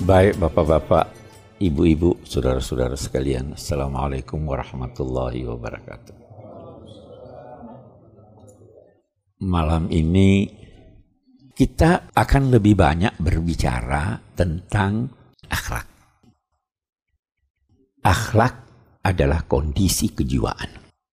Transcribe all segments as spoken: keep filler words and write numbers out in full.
Baik bapak-bapak, ibu-ibu, saudara-saudara sekalian, Assalamualaikum warahmatullahi wabarakatuh. Malam ini kita akan lebih banyak berbicara tentang akhlak. Akhlak adalah kondisi kejiwaan.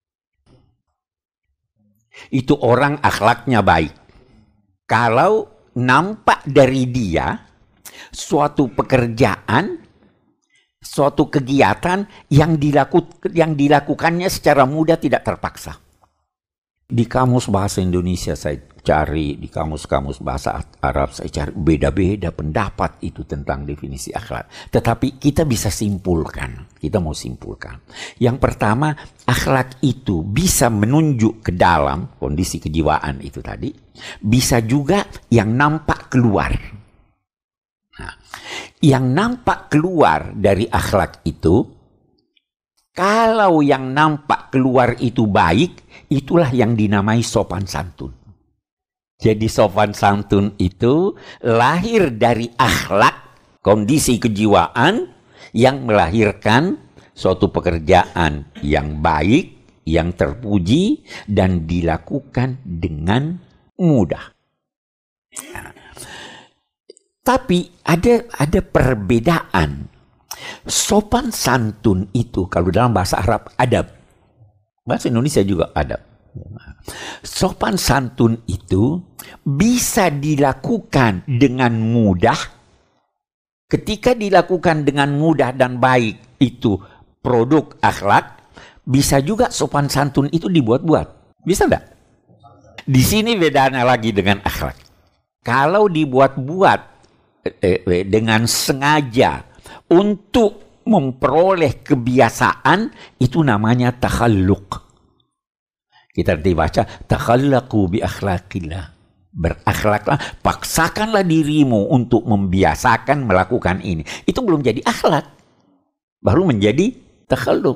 Itu orang akhlaknya baik. Kalau nampak dari dia suatu pekerjaan, suatu kegiatan yang, dilaku, yang dilakukannya secara mudah, tidak terpaksa. Di kamus bahasa Indonesia saya cari, di kamus-kamus bahasa Arab saya cari, beda-beda pendapat itu tentang definisi akhlak. Tetapi kita bisa simpulkan, kita mau simpulkan. Yang pertama, akhlak itu bisa menunjuk ke dalam kondisi kejiwaan itu tadi, bisa juga yang nampak keluar. Nah, yang nampak keluar dari akhlak itu, kalau yang nampak keluar itu baik, itulah yang dinamai sopan santun. Jadi sopan santun itu lahir dari akhlak, kondisi kejiwaan yang melahirkan suatu pekerjaan yang baik, yang terpuji, dan dilakukan dengan mudah. Nah, tapi ada ada perbedaan. Sopan santun itu kalau dalam bahasa Arab adab, bahasa Indonesia juga adab. Sopan santun itu bisa dilakukan dengan mudah. Ketika dilakukan dengan mudah dan baik, itu produk akhlak. Bisa juga sopan santun itu dibuat-buat. Bisa enggak? Di sini bedanya lagi dengan akhlak. Kalau dibuat-buat eh, dengan sengaja untuk memperoleh kebiasaan, itu namanya takhalluk. Kita dibaca takhallaqu bi akhlaqillah. Berakhlaklah, paksakanlah dirimu untuk membiasakan melakukan ini. Itu belum jadi akhlak, baru menjadi takhalluk.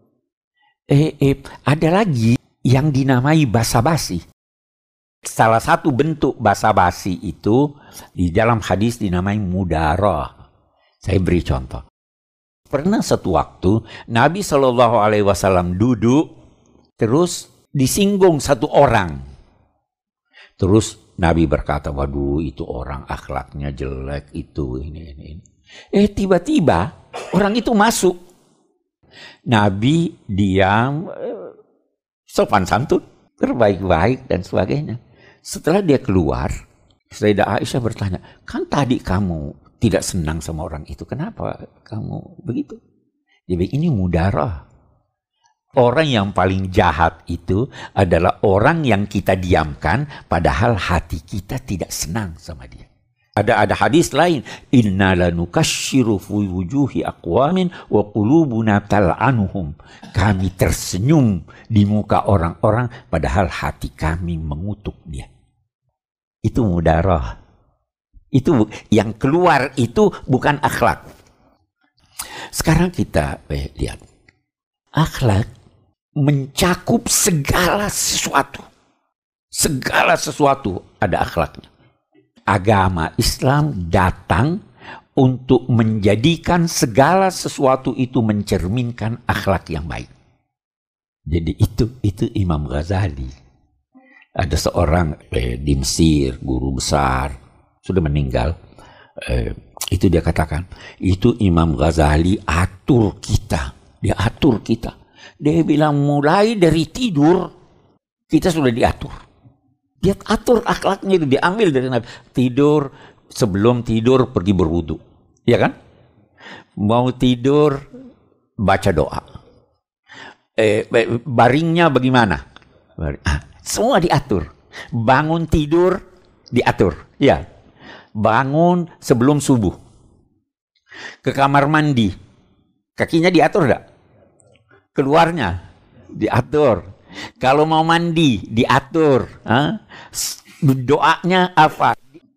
Eh, eh, ada lagi yang dinamai basa-basi. Salah satu bentuk basa-basi itu di dalam hadis dinamai mudarah. Saya beri contoh. Pernah satu waktu Nabi Shallallahu Alaihi Wasallam duduk, terus disinggung satu orang. Terus Nabi berkata, waduh itu orang akhlaknya jelek, itu ini ini. ini. Eh tiba-tiba orang itu masuk. Nabi diam, sopan santun, terbaik-baik dan sebagainya. Setelah dia keluar, Sayyidah Aisyah bertanya, kan tadi kamu tidak senang sama orang itu, kenapa kamu begitu? Jadi ini mudarah. Orang yang paling jahat itu adalah orang yang kita diamkan, padahal hati kita tidak senang sama dia. Ada ada hadis lain, inna lanukashiru fi wujuhi aqwamin wa qulubuna tal'anuhum. Kami tersenyum di muka orang-orang, padahal hati kami mengutuk dia. Itu mudarah. Itu yang keluar itu bukan akhlak. Sekarang kita eh, lihat. Akhlak mencakup segala sesuatu. Segala sesuatu ada akhlaknya. Agama Islam datang untuk menjadikan segala sesuatu itu mencerminkan akhlak yang baik. Jadi itu itu Imam Ghazali. Ada seorang eh, di Mesir, guru besar, sudah meninggal. Eh, itu dia katakan, itu Imam Ghazali atur kita. Dia atur kita. Dia bilang mulai dari tidur kita sudah diatur. Dia atur akhlaknya itu diambil dari Nabi. Tidur, sebelum tidur pergi berwudu, ya kan? Mau tidur baca doa. Eh, baringnya bagaimana? Ah, semua diatur. Bangun tidur diatur, ya. Bangun sebelum subuh. Ke kamar mandi, kakinya diatur enggak? Keluarnya diatur. Kalau mau mandi diatur. Hah? Doanya apa?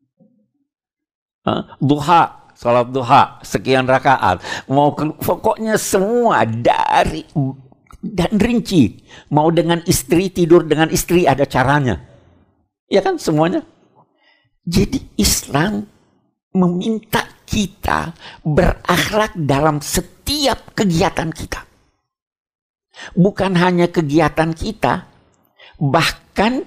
Hah? Duha, salat duha sekian rakaat. Mau pokoknya semua dari dan rinci. Mau dengan istri, tidur dengan istri ada caranya. Ya kan semuanya. Jadi Islam meminta kita berakhlak dalam setiap kegiatan kita. Bukan hanya kegiatan kita, bahkan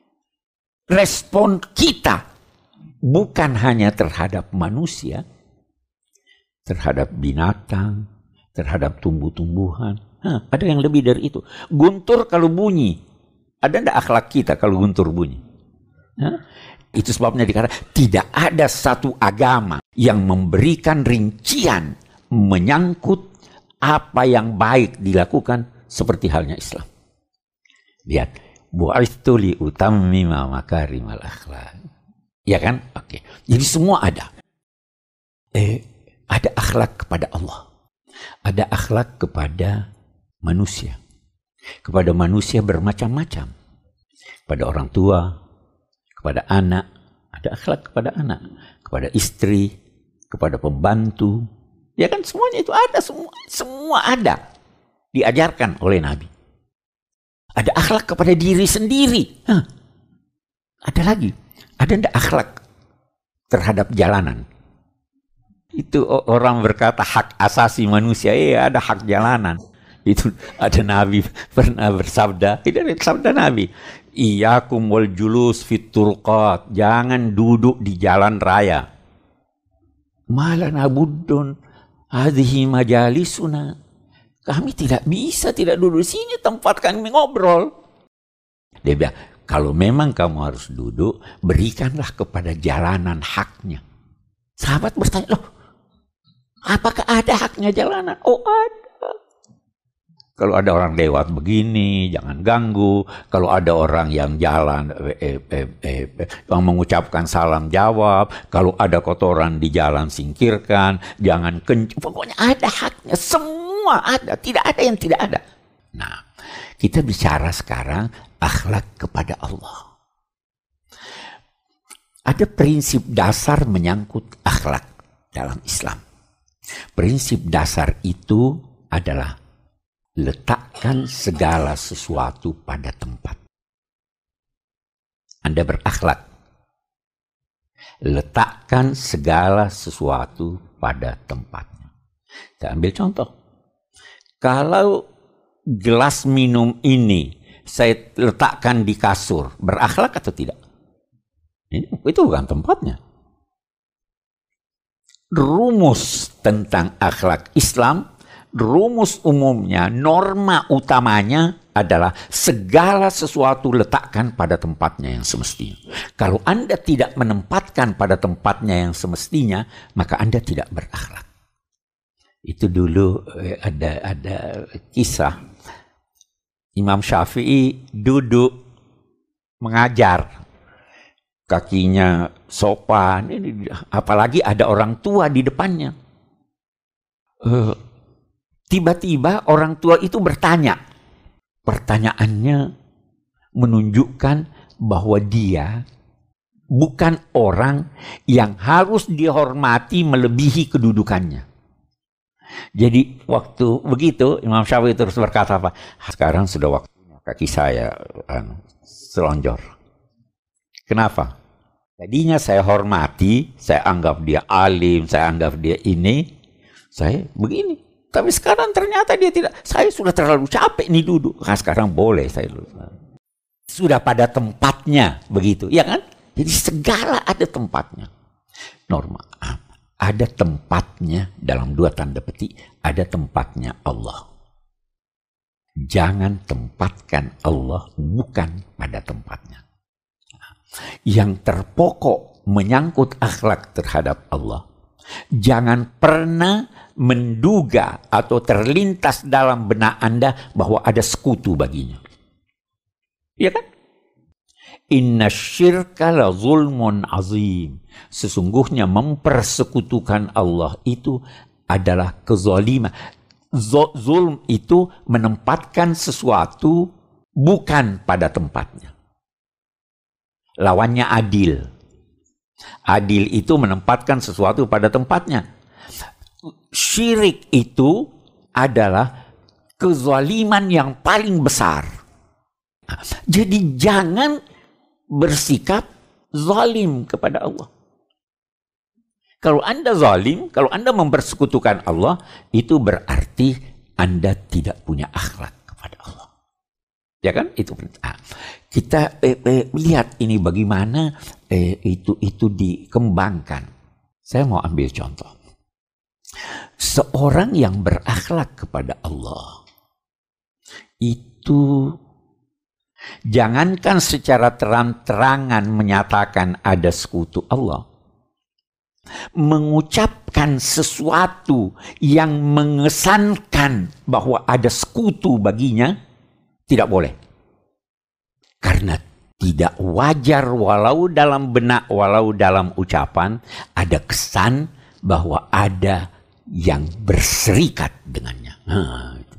respon kita bukan hanya terhadap manusia, terhadap binatang, terhadap tumbuh-tumbuhan. Hah, ada yang lebih dari itu. Guntur kalau bunyi, ada enggak akhlak kita kalau guntur bunyi? Hah? Itu sebabnya dikatakan tidak ada satu agama yang memberikan rincian menyangkut apa yang baik dilakukan seperti halnya Islam. Lihat, bu'itsu li utammima makarimal akhlak. Ya kan? Oke. Jadi semua ada. Eh, ada akhlak kepada Allah. Ada akhlak kepada manusia. Kepada manusia bermacam-macam. Kepada orang tua, kepada anak, ada akhlak kepada anak, kepada istri, kepada pembantu. Ya kan, semuanya itu ada, semua semua ada. Diajarkan oleh Nabi. Ada akhlak kepada diri sendiri. Hah. Ada lagi. Ada ndak akhlak terhadap jalanan? Itu orang berkata hak asasi manusia. Iya, ada hak jalanan. Itu ada Nabi pernah bersabda. Itu sabda Nabi. Iyyakum wal julus fit turqat. Jangan duduk di jalan raya. Malana buddun hadhihi majalisuna. Kami tidak bisa tidak duduk di sini, tempat kami ngobrol. Dia bilang, kalau memang kamu harus duduk, berikanlah kepada jalanan haknya. Sahabat bertanya, loh, apakah ada haknya jalanan? Oh, ada. Kalau ada orang lewat begini, jangan ganggu. Kalau ada orang yang jalan, eh, eh, eh, eh, yang mengucapkan salam jawab. Kalau ada kotoran di jalan, singkirkan. Jangan kencing. Pokoknya ada haknya. Semua ada. Tidak ada yang tidak ada. Nah, kita bicara sekarang akhlak kepada Allah. Ada prinsip dasar menyangkut akhlak dalam Islam. Prinsip dasar itu adalah letakkan segala sesuatu pada tempat. Anda berakhlak. Letakkan segala sesuatu pada tempatnya. Kita ambil contoh. Kalau gelas minum ini saya letakkan di kasur, berakhlak atau tidak? Ini, itu bukan tempatnya. Rumus tentang akhlak Islam, rumus umumnya, norma utamanya adalah segala sesuatu letakkan pada tempatnya yang semestinya. Kalau Anda tidak menempatkan pada tempatnya yang semestinya, maka Anda tidak berakhlak. Itu dulu ada ada kisah Imam Syafi'i duduk mengajar, kakinya sopan, ini apalagi ada orang tua di depannya. Uh, Tiba-tiba orang tua itu bertanya. Pertanyaannya menunjukkan bahwa dia bukan orang yang harus dihormati melebihi kedudukannya. Jadi waktu begitu Imam Syafi'i terus berkata apa? Sekarang sudah waktunya kaki saya anu, selonjor. Kenapa? Tadinya saya hormati, saya anggap dia alim, saya anggap dia ini, saya begini. Tapi sekarang ternyata dia tidak. Saya sudah terlalu capek nih duduk. Nah, sekarang boleh saya duduk. Sudah pada tempatnya begitu, ya kan? Jadi segala ada tempatnya. Norma ada tempatnya dalam dua tanda petik. Ada tempatnya Allah. Jangan tempatkan Allah bukan pada tempatnya. Yang terpokok menyangkut akhlak terhadap Allah. Jangan pernah menduga atau terlintas dalam benak Anda bahwa ada sekutu baginya. Ya kan? Inna syirka la zulmun azim. Sesungguhnya mempersekutukan Allah itu adalah kezaliman. Zulm itu menempatkan sesuatu bukan pada tempatnya. Lawannya adil. Adil itu menempatkan sesuatu pada tempatnya. Syirik itu adalah kezaliman yang paling besar. Jadi jangan bersikap zalim kepada Allah. Kalau Anda zalim, kalau Anda mempersekutukan Allah, itu berarti Anda tidak punya akhlak kepada Allah. Ya kan? Itu ah, kita eh, eh, lihat ini bagaimana eh, itu itu dikembangkan. Saya mau ambil contoh. Seorang yang berakhlak kepada Allah itu jangankan secara terang-terangan menyatakan ada sekutu Allah, mengucapkan sesuatu yang mengesankan bahwa ada sekutu baginya tidak boleh. Karena tidak wajar walau dalam benak, walau dalam ucapan ada kesan bahwa ada yang berserikat dengannya. Nah, itu.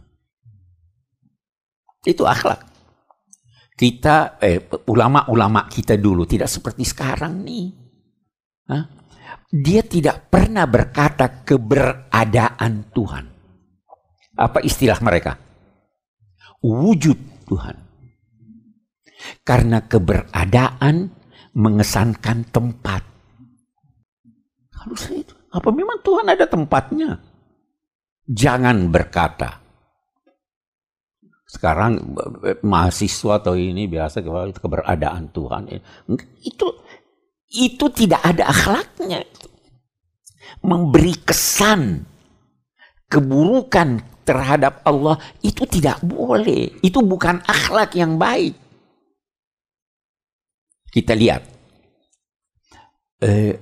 itu akhlak. Kita, eh, ulama-ulama kita dulu tidak seperti sekarang nih. Hah? Dia tidak pernah berkata keberadaan Tuhan. Apa istilah mereka? Wujud Tuhan. Karena keberadaan mengesankan tempat. Kalau saya itu, apa memang Tuhan ada tempatnya? Jangan berkata. Sekarang mahasiswa atau ini biasa keberadaan Tuhan. Itu itu tidak ada akhlaknya. Memberi kesan keburukan terhadap Allah itu tidak boleh. Itu bukan akhlak yang baik. Kita lihat. Eh,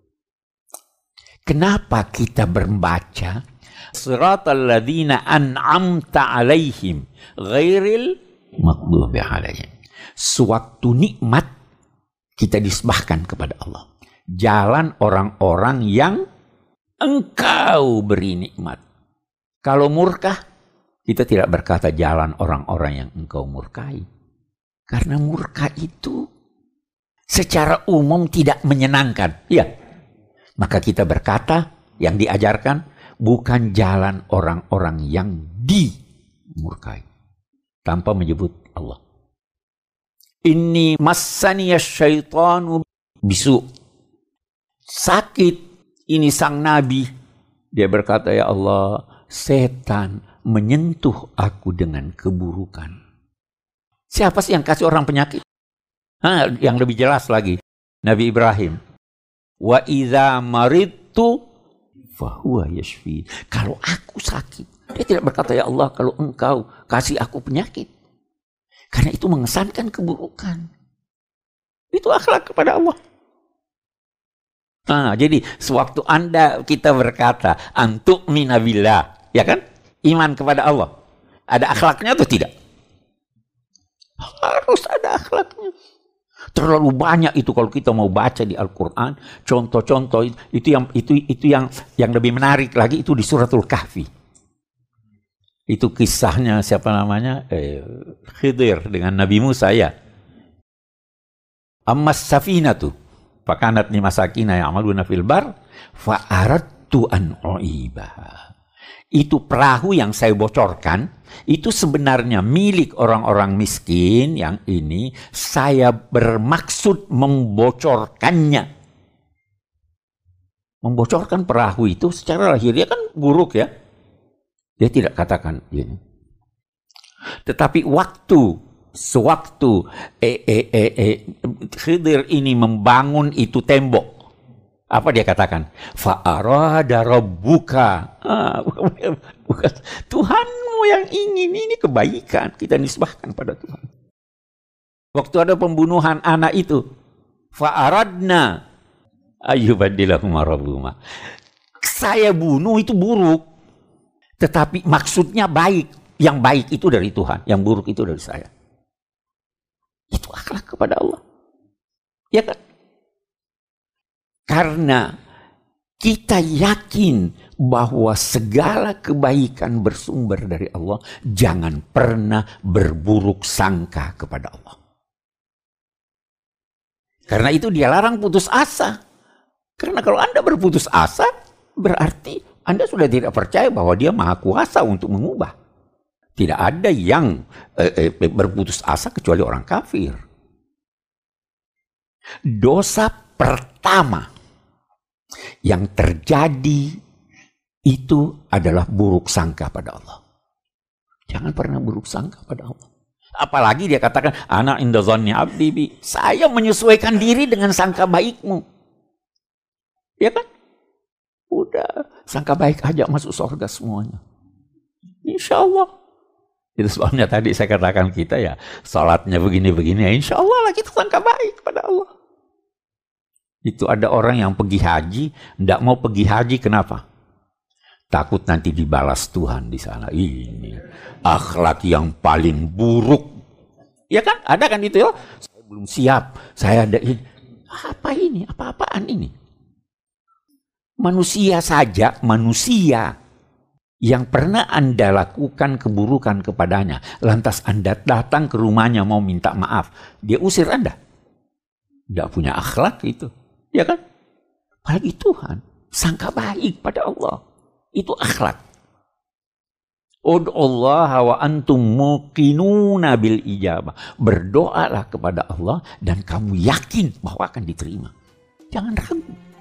kenapa kita membaca Siratal ladzina an'amta alaihim ghairil maghdubi alaihim. Sewaktu nikmat kita disembahkan kepada Allah. Jalan orang-orang yang engkau beri nikmat. Kalau murka, kita tidak berkata jalan orang-orang yang engkau murkai. Karena murka itu secara umum tidak menyenangkan. Ya. Maka kita berkata yang diajarkan bukan jalan orang-orang yang dimurkai. Tanpa menyebut Allah. Inni massaniyas syaitanu bisu. Sakit ini sang nabi. Dia berkata, ya Allah, setan menyentuh aku dengan keburukan. Siapa sih yang kasih orang penyakit? Hah, yang lebih jelas lagi. Nabi Ibrahim. Wa idza maridtu fahuwa yashfi. Kalau aku sakit, dia tidak berkata, ya Allah, kalau engkau kasih aku penyakit. Karena itu mengesankan keburukan. Itu akhlak kepada Allah. Nah, jadi sewaktu Anda kita berkata antuk minabillah, ya kan? Iman kepada Allah. Ada akhlaknya atau tidak? Harus ada akhlaknya. Terlalu banyak itu kalau kita mau baca di Al-Quran, contoh-contoh itu yang itu itu yang yang lebih menarik lagi itu di Suratul Kahfi. Itu kisahnya siapa namanya? Eh, Khidir dengan Nabi Musa ya. Ammas safinatu fakanat li masakina ya'maluna fil bar fa aradtu an u'ibaha. Itu perahu yang saya bocorkan, itu sebenarnya milik orang-orang miskin yang ini saya bermaksud membocorkannya. Membocorkan perahu itu secara lahiriah kan buruk ya. Dia tidak katakan ini. Tetapi waktu, sewaktu eh, eh, eh, eh, Khidir ini membangun itu tembok, apa dia katakan? Fa'arada rabbuka. Ah, bukan, bukan. Tuhanmu yang ingin, ini kebaikan. Kita nisbahkan pada Tuhan. Waktu ada pembunuhan anak itu. Fa'aradna ayyubadilahuma rabbuma. Saya bunuh itu buruk. Tetapi maksudnya baik. Yang baik itu dari Tuhan. Yang buruk itu dari saya. Itu akhlak kepada Allah. Ya kan? Karena kita yakin bahwa segala kebaikan bersumber dari Allah, jangan pernah berburuk sangka kepada Allah. Karena itu dia larang putus asa. Karena kalau Anda berputus asa, berarti Anda sudah tidak percaya bahwa dia maha kuasa untuk mengubah. Tidak ada yang eh, eh, berputus asa kecuali orang kafir. Dosa pertama Yang terjadi itu adalah buruk sangka pada Allah. Jangan pernah buruk sangka pada Allah. Apalagi dia katakan, ana inda dhanni abdi bi. Saya menyesuaikan diri dengan sangka baikmu. Ya kan? Udah, sangka baik aja masuk surga semuanya. Insya Allah. Itu sebabnya tadi saya katakan kita ya, salatnya begini-begini, ya insya Allah lah kita sangka baik pada Allah. Itu ada orang yang pergi haji, tidak mau pergi haji, kenapa? Takut nanti dibalas Tuhan di sana. Ini akhlak yang paling buruk. Ya kan? Ada kan itu ya? Saya belum siap. Saya ada ini. Apa ini? Apa-apaan ini? Manusia saja, manusia yang pernah Anda lakukan keburukan kepadanya, lantas Anda datang ke rumahnya mau minta maaf, dia usir Anda. Tidak punya akhlak itu. Ya kan? Apalagi Tuhan, sangka baik pada Allah. Itu akhlak. Ud'ullaha wa antum muqinuna bil ijabah. Berdoalah kepada Allah dan kamu yakin bahwa akan diterima. Jangan ragu.